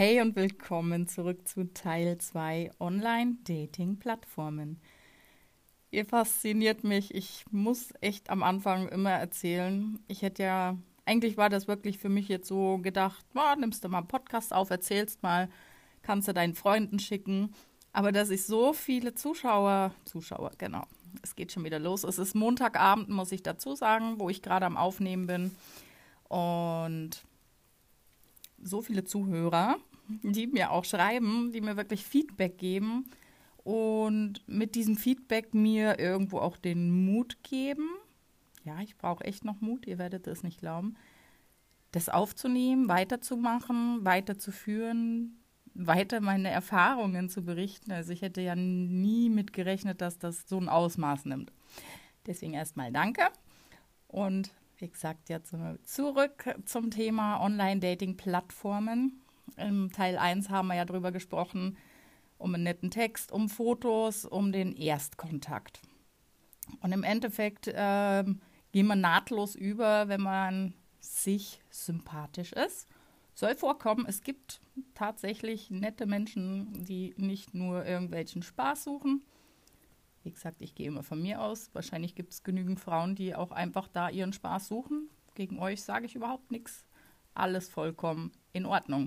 Hey und willkommen zurück zu Teil 2 Online-Dating-Plattformen. Ihr fasziniert mich. Ich muss echt am Anfang immer erzählen. Eigentlich war das wirklich für mich jetzt so gedacht, nimmst du mal einen Podcast auf, erzählst mal, kannst du deinen Freunden schicken. Aber dass ich so viele Zuschauer, genau, es geht schon wieder los. Es ist Montagabend, muss ich dazu sagen, wo ich gerade am Aufnehmen bin. Und so viele Zuhörer, die mir auch schreiben, die mir wirklich Feedback geben und mit diesem Feedback mir irgendwo auch den Mut geben. Ja, ich brauche echt noch Mut, ihr werdet es nicht glauben, das aufzunehmen, weiterzumachen, weiterzuführen, weiter meine Erfahrungen zu berichten. Also ich hätte ja nie mit gerechnet, dass das so ein Ausmaß nimmt. Deswegen erstmal danke und wie gesagt, jetzt zurück zum Thema Online-Dating-Plattformen. Im Teil 1 haben wir ja drüber gesprochen, um einen netten Text, um Fotos, um den Erstkontakt. Und im Endeffekt gehen wir nahtlos über, wenn man sich sympathisch ist. Soll vorkommen, es gibt tatsächlich nette Menschen, die nicht nur irgendwelchen Spaß suchen. Wie gesagt, ich gehe immer von mir aus. Wahrscheinlich gibt es genügend Frauen, die auch einfach da ihren Spaß suchen. Gegen euch sage ich überhaupt nichts. Alles vollkommen in Ordnung.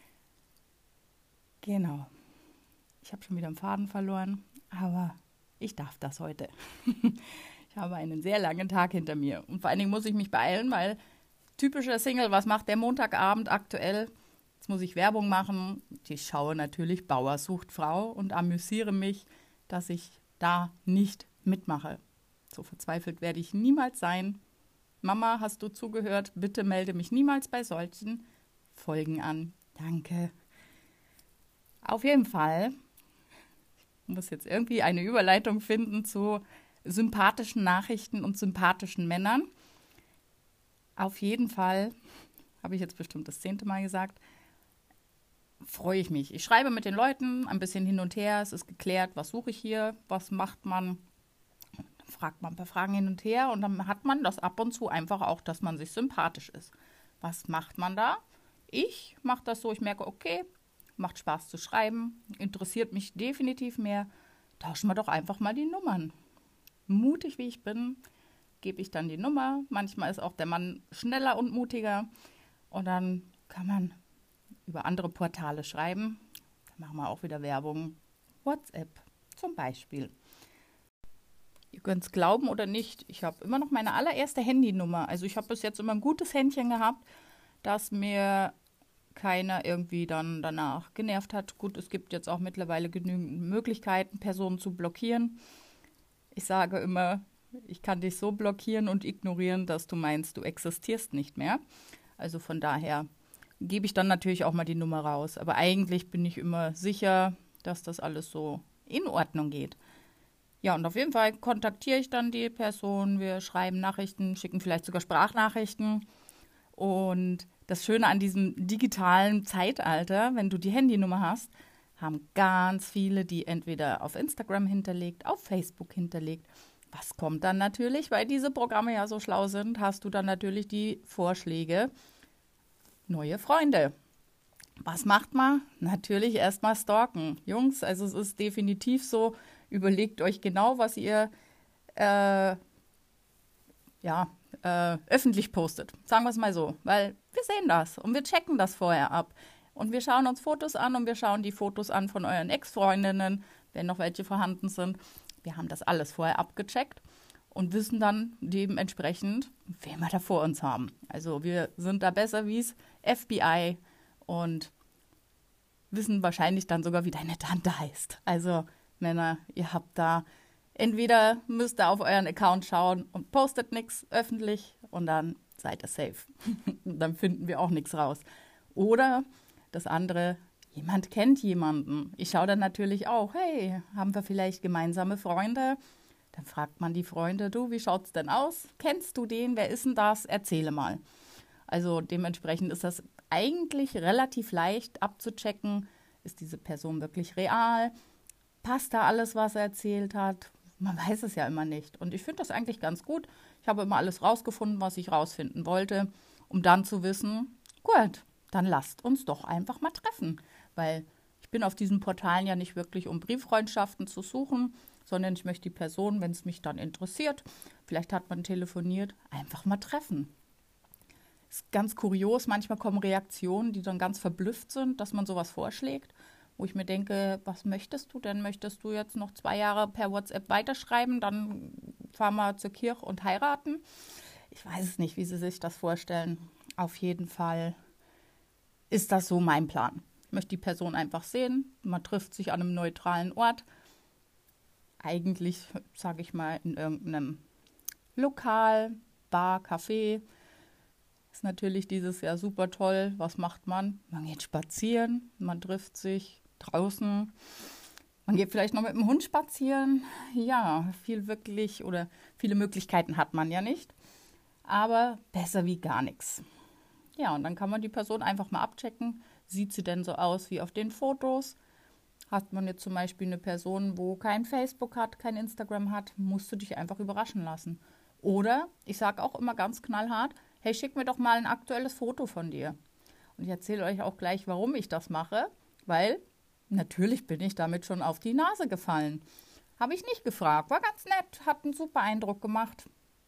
Genau. Ich habe schon wieder einen Faden verloren, aber ich darf das heute. Ich habe einen sehr langen Tag hinter mir. Und vor allen Dingen muss ich mich beeilen, weil typischer Single, was macht der Montagabend aktuell? Jetzt muss ich Werbung machen. Ich schaue natürlich Bauer sucht Frau und amüsiere mich, dass ich da nicht mitmache. So verzweifelt werde ich niemals sein. Mama, hast du zugehört? Bitte melde mich niemals bei solchen Folgen an. Danke. Auf jeden Fall, ich muss jetzt irgendwie eine Überleitung finden zu sympathischen Nachrichten und sympathischen Männern. Auf jeden Fall, habe ich jetzt bestimmt das 10. Mal gesagt, freue ich mich. Ich schreibe mit den Leuten ein bisschen hin und her. Es ist geklärt, was suche ich hier, was macht man. Dann fragt man ein paar Fragen hin und her und dann hat man das ab und zu einfach auch, dass man sich sympathisch ist. Was macht man da? Ich mache das so, ich merke, okay, macht Spaß zu schreiben, interessiert mich definitiv mehr. Tauschen wir doch einfach mal die Nummern. Mutig wie ich bin, gebe ich dann die Nummer. Manchmal ist auch der Mann schneller und mutiger und dann kann man über andere Portale schreiben. Da machen wir auch wieder Werbung. WhatsApp zum Beispiel. Ihr könnt es glauben oder nicht, ich habe immer noch meine allererste Handynummer. Also ich habe bis jetzt immer ein gutes Händchen gehabt, dass mir keiner irgendwie dann danach genervt hat. Gut, es gibt jetzt auch mittlerweile genügend Möglichkeiten, Personen zu blockieren. Ich sage immer, ich kann dich so blockieren und ignorieren, dass du meinst, du existierst nicht mehr. Also von daher gebe ich dann natürlich auch mal die Nummer raus. Aber eigentlich bin ich immer sicher, dass das alles so in Ordnung geht. Ja, und auf jeden Fall kontaktiere ich dann die Person. Wir schreiben Nachrichten, schicken vielleicht sogar Sprachnachrichten. Und das Schöne an diesem digitalen Zeitalter, wenn du die Handynummer hast, haben ganz viele die entweder auf Instagram hinterlegt, auf Facebook hinterlegt. Was kommt dann natürlich, weil diese Programme ja so schlau sind, hast du dann natürlich die Vorschläge, neue Freunde. Was macht man? Natürlich erstmal stalken. Jungs, also es ist definitiv so, überlegt euch genau, was ihr öffentlich postet. Sagen wir es mal so, weil wir sehen das und wir checken das vorher ab. Und wir schauen uns Fotos an und wir schauen die Fotos an von euren Ex-Freundinnen, wenn noch welche vorhanden sind. Wir haben das alles vorher abgecheckt und wissen dann dementsprechend, wen wir da vor uns haben. Also wir sind da besser wie das FBI und wissen wahrscheinlich dann sogar, wie deine Tante heißt. Also Männer, ihr habt da, entweder müsst ihr auf euren Account schauen und postet nichts öffentlich und dann seid ihr safe. Dann finden wir auch nichts raus. Oder das andere, jemand kennt jemanden. Ich schaue dann natürlich auch, hey, haben wir vielleicht gemeinsame Freunde? Dann fragt man die Freunde, du, wie schaut's denn aus? Kennst du den? Wer ist denn das? Erzähle mal. Also dementsprechend ist das eigentlich relativ leicht abzuchecken. Ist diese Person wirklich real? Passt da alles, was er erzählt hat? Man weiß es ja immer nicht. Und ich finde das eigentlich ganz gut. Ich habe immer alles rausgefunden, was ich rausfinden wollte, um dann zu wissen, gut, dann lasst uns doch einfach mal treffen. Weil ich bin auf diesen Portalen ja nicht wirklich, um Brieffreundschaften zu suchen, sondern ich möchte die Person, wenn es mich dann interessiert, vielleicht hat man telefoniert, einfach mal treffen. Ist ganz kurios, manchmal kommen Reaktionen, die dann ganz verblüfft sind, dass man sowas vorschlägt, wo ich mir denke, was möchtest du denn? Möchtest du jetzt noch 2 Jahre per WhatsApp weiterschreiben, dann fahren wir zur Kirche und heiraten? Ich weiß es nicht, wie Sie sich das vorstellen. Auf jeden Fall ist das so mein Plan. Ich möchte die Person einfach sehen, man trifft sich an einem neutralen Ort, eigentlich, sage ich mal, in irgendeinem Lokal, Bar, Café. Ist natürlich dieses Jahr super toll. Was macht man? Man geht spazieren, man trifft sich draußen. Man geht vielleicht noch mit dem Hund spazieren. Ja, viele Möglichkeiten hat man ja nicht. Aber besser wie gar nichts. Ja, und dann kann man die Person einfach mal abchecken. Sieht sie denn so aus wie auf den Fotos? Hat man jetzt zum Beispiel eine Person, wo kein Facebook hat, kein Instagram hat, musst du dich einfach überraschen lassen. Oder, ich sage auch immer ganz knallhart, hey, schick mir doch mal ein aktuelles Foto von dir. Und ich erzähle euch auch gleich, warum ich das mache, weil natürlich bin ich damit schon auf die Nase gefallen. Habe ich nicht gefragt, war ganz nett, hat einen super Eindruck gemacht.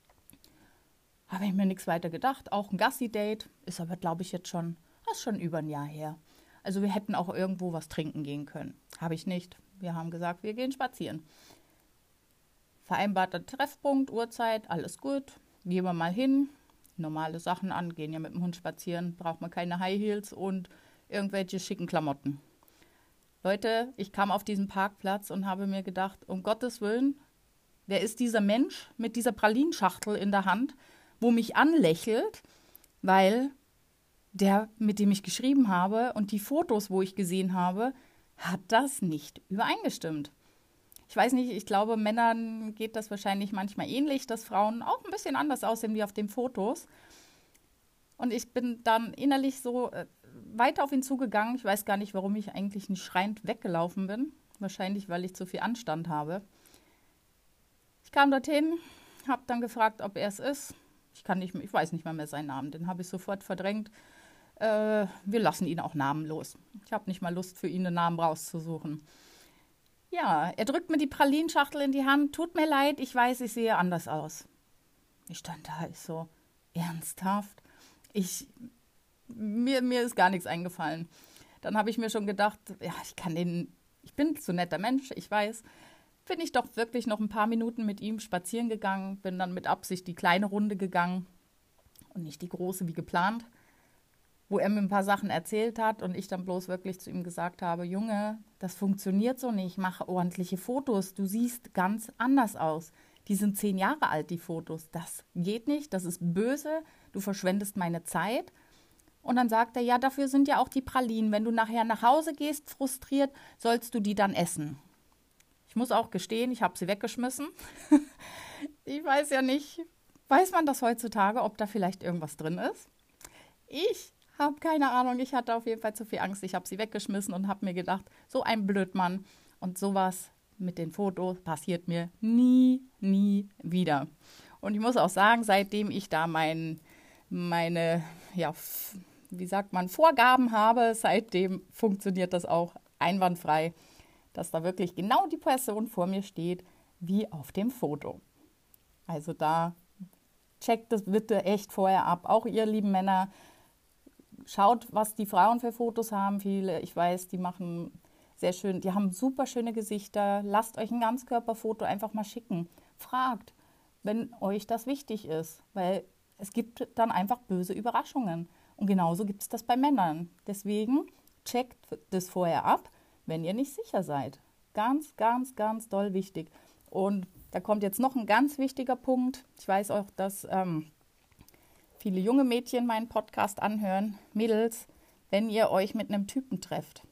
Habe ich mir nichts weiter gedacht. Auch ein Gassi-Date ist aber, glaube ich, das ist schon über ein Jahr her. Also wir hätten auch irgendwo was trinken gehen können. Habe ich nicht. Wir haben gesagt, wir gehen spazieren. Vereinbarter Treffpunkt, Uhrzeit, alles gut. Gehen wir mal hin. Normale Sachen an, gehen ja mit dem Hund spazieren. Braucht man keine High Heels und irgendwelche schicken Klamotten. Leute, ich kam auf diesen Parkplatz und habe mir gedacht, um Gottes Willen, wer ist dieser Mensch mit dieser Pralinschachtel in der Hand, wo mich anlächelt, weil der, mit dem ich geschrieben habe und die Fotos, wo ich gesehen habe, hat das nicht übereingestimmt. Ich weiß nicht, ich glaube, Männern geht das wahrscheinlich manchmal ähnlich, dass Frauen auch ein bisschen anders aussehen wie auf den Fotos. Und ich bin dann innerlich so weiter auf ihn zugegangen. Ich weiß gar nicht, warum ich eigentlich nicht schreiend weggelaufen bin. Wahrscheinlich, weil ich zu viel Anstand habe. Ich kam dorthin, habe dann gefragt, ob er es ist. Ich weiß nicht mal mehr seinen Namen, den habe ich sofort verdrängt. Wir lassen ihn auch namenlos. Ich habe nicht mal Lust, für ihn einen Namen rauszusuchen. Ja, er drückt mir die Pralinschachtel in die Hand. Tut mir leid, ich weiß, ich sehe anders aus. Ich stand da, ich so, ernsthaft? Mir ist gar nichts eingefallen. Dann habe ich mir schon gedacht, ja, ich bin so ein netter Mensch, ich weiß. Bin ich doch wirklich noch ein paar Minuten mit ihm spazieren gegangen, bin dann mit Absicht die kleine Runde gegangen und nicht die große wie geplant, wo er mir ein paar Sachen erzählt hat und ich dann bloß wirklich zu ihm gesagt habe, Junge, das funktioniert so nicht, mach ordentliche Fotos, du siehst ganz anders aus. Die sind 10 Jahre alt, die Fotos. Das geht nicht, das ist böse, du verschwendest meine Zeit. Und dann sagt er, ja, dafür sind ja auch die Pralinen. Wenn du nachher nach Hause gehst, frustriert, sollst du die dann essen. Ich muss auch gestehen, ich habe sie weggeschmissen. Ich weiß ja nicht, weiß man das heutzutage, ob da vielleicht irgendwas drin ist? Ich habe keine Ahnung, ich hatte auf jeden Fall zu viel Angst. Ich habe sie weggeschmissen und habe mir gedacht, so ein Blödmann. Und sowas mit den Fotos passiert mir nie wieder. Und ich muss auch sagen, seitdem ich da meine, ja, wie sagt man, Vorgaben habe, seitdem funktioniert das auch einwandfrei, dass da wirklich genau die Person vor mir steht, wie auf dem Foto. Also da checkt das bitte echt vorher ab. Auch ihr lieben Männer, schaut, was die Frauen für Fotos haben. Viele, ich weiß, die machen sehr schön, die haben super schöne Gesichter. Lasst euch ein Ganzkörperfoto einfach mal schicken. Fragt, wenn euch das wichtig ist, weil es gibt dann einfach böse Überraschungen. Und genauso gibt es das bei Männern. Deswegen checkt das vorher ab, wenn ihr nicht sicher seid. Ganz, ganz, ganz doll wichtig. Und da kommt jetzt noch ein ganz wichtiger Punkt. Ich weiß auch, dass viele junge Mädchen meinen Podcast anhören. Mädels, wenn ihr euch mit einem Typen trefft.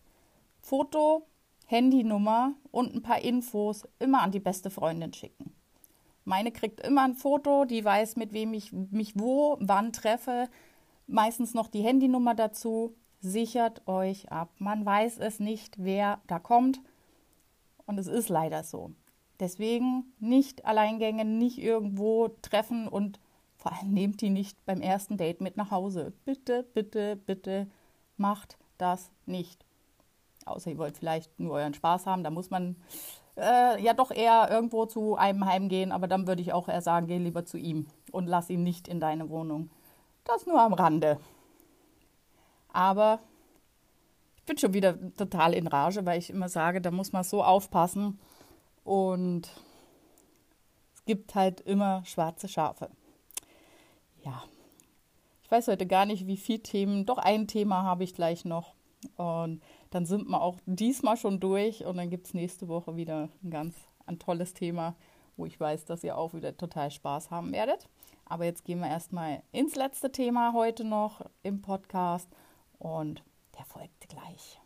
Foto, Handynummer und ein paar Infos immer an die beste Freundin schicken. Meine kriegt immer ein Foto, die weiß, mit wem ich mich wann treffe. Meistens noch die Handynummer dazu. Sichert euch ab. Man weiß es nicht, wer da kommt. Und es ist leider so. Deswegen nicht Alleingänge, nicht irgendwo treffen und vor vor allem nehmt die nicht beim ersten Date mit nach Hause. Bitte, bitte, bitte macht das nicht. Außer ihr wollt vielleicht nur euren Spaß haben, da muss man ja doch eher irgendwo zu einem heimgehen, aber dann würde ich auch eher sagen, geh lieber zu ihm und lass ihn nicht in deine Wohnung. Das nur am Rande. Aber ich bin schon wieder total in Rage, weil ich immer sage, da muss man so aufpassen und es gibt halt immer schwarze Schafe. Ja, ich weiß heute gar nicht, wie viele Themen, doch ein Thema habe ich gleich noch und dann sind wir auch diesmal schon durch und dann gibt es nächste Woche wieder ein tolles Thema, wo ich weiß, dass ihr auch wieder total Spaß haben werdet. Aber jetzt gehen wir erstmal ins letzte Thema heute noch im Podcast und der folgt gleich.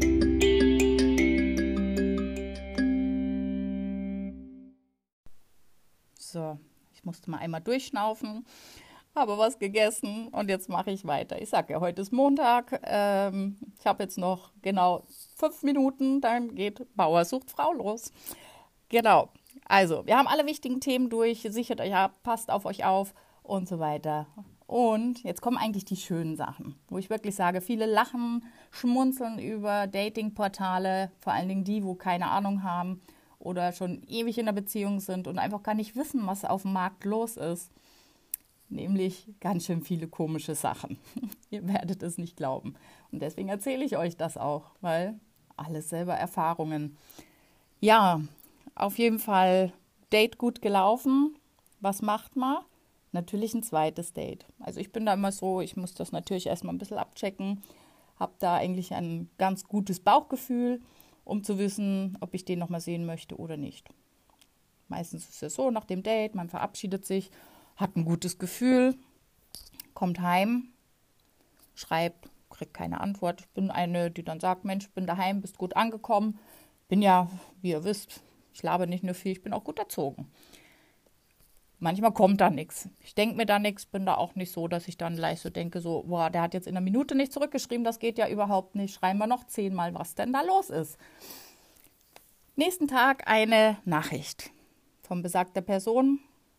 So, ich musste mal einmal durchschnaufen, habe was gegessen und jetzt mache ich weiter. Ich sage ja, heute ist Montag. Ich habe jetzt noch genau 5 Minuten, dann geht Bauer sucht Frau los. Genau, also wir haben alle wichtigen Themen durch. Sichert euch ab, passt auf euch auf und so weiter. Und jetzt kommen eigentlich die schönen Sachen, wo ich wirklich sage, viele lachen, schmunzeln über Datingportale, vor allen Dingen die, wo keine Ahnung haben oder schon ewig in der Beziehung sind und einfach gar nicht wissen, was auf dem Markt los ist. Nämlich ganz schön viele komische Sachen. Ihr werdet es nicht glauben. Und deswegen erzähle ich euch das auch, weil alles selber Erfahrungen. Ja, auf jeden Fall Date gut gelaufen. Was macht man? Natürlich ein zweites Date. Also ich bin da immer so, ich muss das natürlich erstmal ein bisschen abchecken. Habe da eigentlich ein ganz gutes Bauchgefühl, um zu wissen, ob ich den nochmal sehen möchte oder nicht. Meistens ist es so, nach dem Date, man verabschiedet sich, hat ein gutes Gefühl, kommt heim, schreibt, kriegt keine Antwort. Ich bin eine, die dann sagt, Mensch, ich bin daheim, bist gut angekommen. Bin ja, wie ihr wisst, ich laber nicht nur viel, ich bin auch gut erzogen. Manchmal kommt da nichts. Ich denke mir da nichts, bin da auch nicht so, dass ich dann gleich so denke, so, boah, der hat jetzt in einer Minute nicht zurückgeschrieben, das geht ja überhaupt nicht. Schreiben wir noch 10-mal, was denn da los ist. Nächsten Tag eine Nachricht von besagter Person.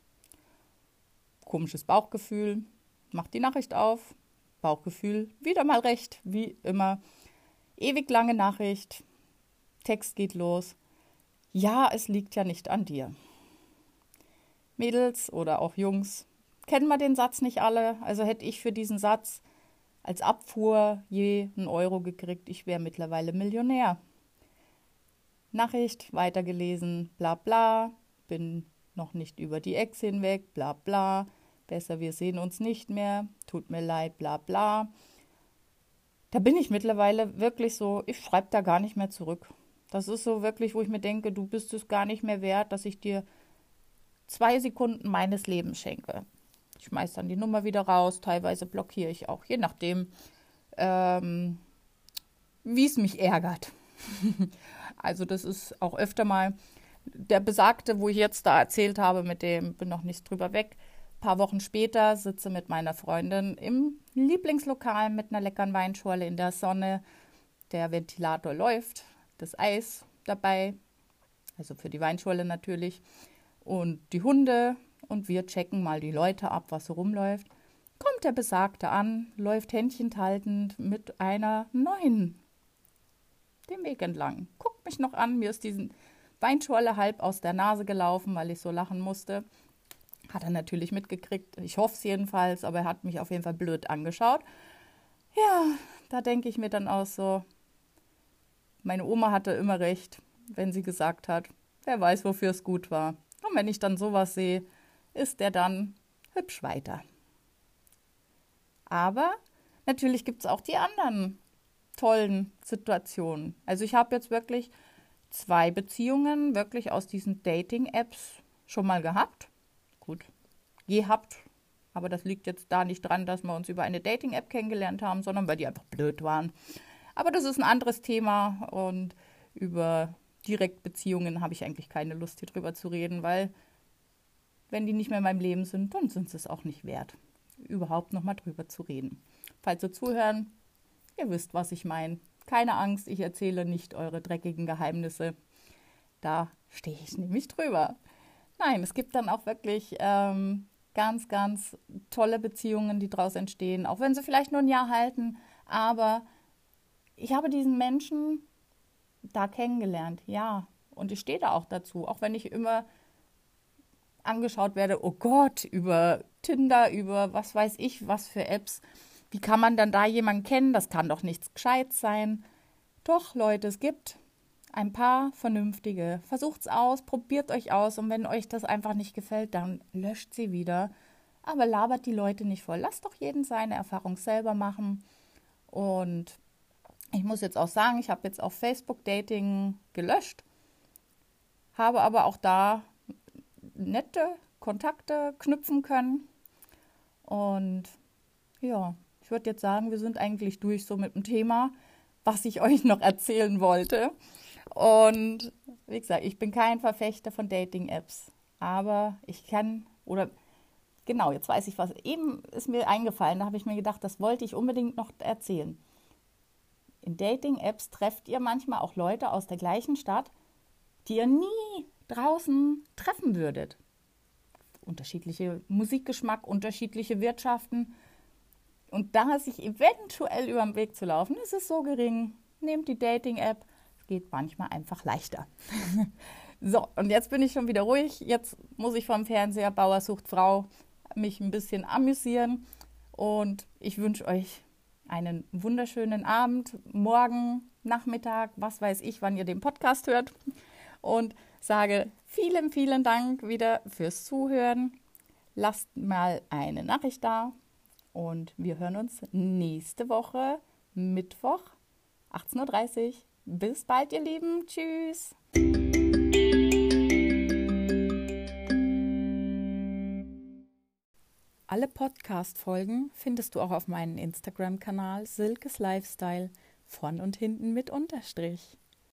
Komisches Bauchgefühl, macht die Nachricht auf. Bauchgefühl, wieder mal recht, wie immer. Ewig lange Nachricht, Text geht los. Ja, es liegt ja nicht an dir. Mädels oder auch Jungs, kennen wir den Satz nicht alle? Also hätte ich für diesen Satz als Abfuhr je 1 Euro gekriegt, ich wäre mittlerweile Millionär. Nachricht, weitergelesen, bla bla, bin noch nicht über die Ex hinweg, bla bla, besser wir sehen uns nicht mehr, tut mir leid, bla bla. Da bin ich mittlerweile wirklich so, ich schreibe da gar nicht mehr zurück. Das ist so wirklich, wo ich mir denke, du bist es gar nicht mehr wert, dass ich dir 2 Sekunden meines Lebens schenke. Ich schmeiß dann die Nummer wieder raus, teilweise blockiere ich auch, je nachdem, wie es mich ärgert. Also das ist auch öfter mal der Besagte, wo ich jetzt da erzählt habe, mit dem bin noch nicht drüber weg. Ein paar Wochen später sitze mit meiner Freundin im Lieblingslokal mit einer leckeren Weinschorle in der Sonne. Der Ventilator läuft, das Eis dabei, also für die Weinschorle natürlich. Und die Hunde und wir checken mal die Leute ab, was so rumläuft. Kommt der Besagte an, läuft händchenhaltend mit einer neuen den Weg entlang. Guckt mich noch an, mir ist diese Weinschorle halb aus der Nase gelaufen, weil ich so lachen musste. Hat er natürlich mitgekriegt, ich hoffe es jedenfalls, aber er hat mich auf jeden Fall blöd angeschaut. Ja, da denke ich mir dann auch so, meine Oma hatte immer recht, wenn sie gesagt hat, wer weiß, wofür es gut war. Und wenn ich dann sowas sehe, ist der dann hübsch weiter. Aber natürlich gibt es auch die anderen tollen Situationen. Also ich habe jetzt wirklich 2 Beziehungen wirklich aus diesen Dating-Apps schon mal gehabt. Gut, gehabt. Aber das liegt jetzt da nicht dran, dass wir uns über eine Dating-App kennengelernt haben, sondern weil die einfach blöd waren. Aber das ist ein anderes Thema und über Direktbeziehungen habe ich eigentlich keine Lust, hier drüber zu reden, weil wenn die nicht mehr in meinem Leben sind, dann sind sie es auch nicht wert, überhaupt nochmal drüber zu reden. Falls Sie zuhören, ihr wisst, was ich meine. Keine Angst, ich erzähle nicht eure dreckigen Geheimnisse. Da stehe ich nämlich drüber. Nein, es gibt dann auch wirklich ganz, ganz tolle Beziehungen, die daraus entstehen, auch wenn sie vielleicht nur ein Jahr halten. Aber ich habe diesen Menschen da kennengelernt, ja. Und ich stehe da auch dazu, auch wenn ich immer angeschaut werde, oh Gott, über Tinder, über was weiß ich, was für Apps. Wie kann man dann da jemanden kennen? Das kann doch nichts Gescheites sein. Doch, Leute, es gibt ein paar vernünftige. Versucht's aus, probiert euch aus und wenn euch das einfach nicht gefällt, dann löscht sie wieder. Aber labert die Leute nicht voll. Lasst doch jeden seine Erfahrung selber machen. Und ich muss jetzt auch sagen, ich habe jetzt auf Facebook Dating gelöscht, habe aber auch da nette Kontakte knüpfen können. Und ja, ich würde jetzt sagen, wir sind eigentlich durch so mit dem Thema, was ich euch noch erzählen wollte. Und wie gesagt, ich bin kein Verfechter von Dating-Apps, aber ich kann, oder genau, jetzt weiß ich was. Eben ist mir eingefallen, da habe ich mir gedacht, das wollte ich unbedingt noch erzählen. In Dating-Apps trefft ihr manchmal auch Leute aus der gleichen Stadt, die ihr nie draußen treffen würdet. Unterschiedliche Musikgeschmack, unterschiedliche Wirtschaften. Und da sich eventuell über den Weg zu laufen, ist es so gering. Nehmt die Dating-App, es geht manchmal einfach leichter. So, und jetzt bin ich schon wieder ruhig. Jetzt muss ich vom Fernseher Bauer sucht Frau mich ein bisschen amüsieren. Und ich wünsche euch einen wunderschönen Abend, morgen, Nachmittag, was weiß ich, wann ihr den Podcast hört. Und sage vielen, vielen Dank wieder fürs Zuhören. Lasst mal eine Nachricht da. Und wir hören uns nächste Woche, Mittwoch, 18:30 Uhr. Bis bald, ihr Lieben. Tschüss. Alle Podcast-Folgen findest du auch auf meinem Instagram-Kanal Silkes Lifestyle, vorn und hinten mit Unterstrich.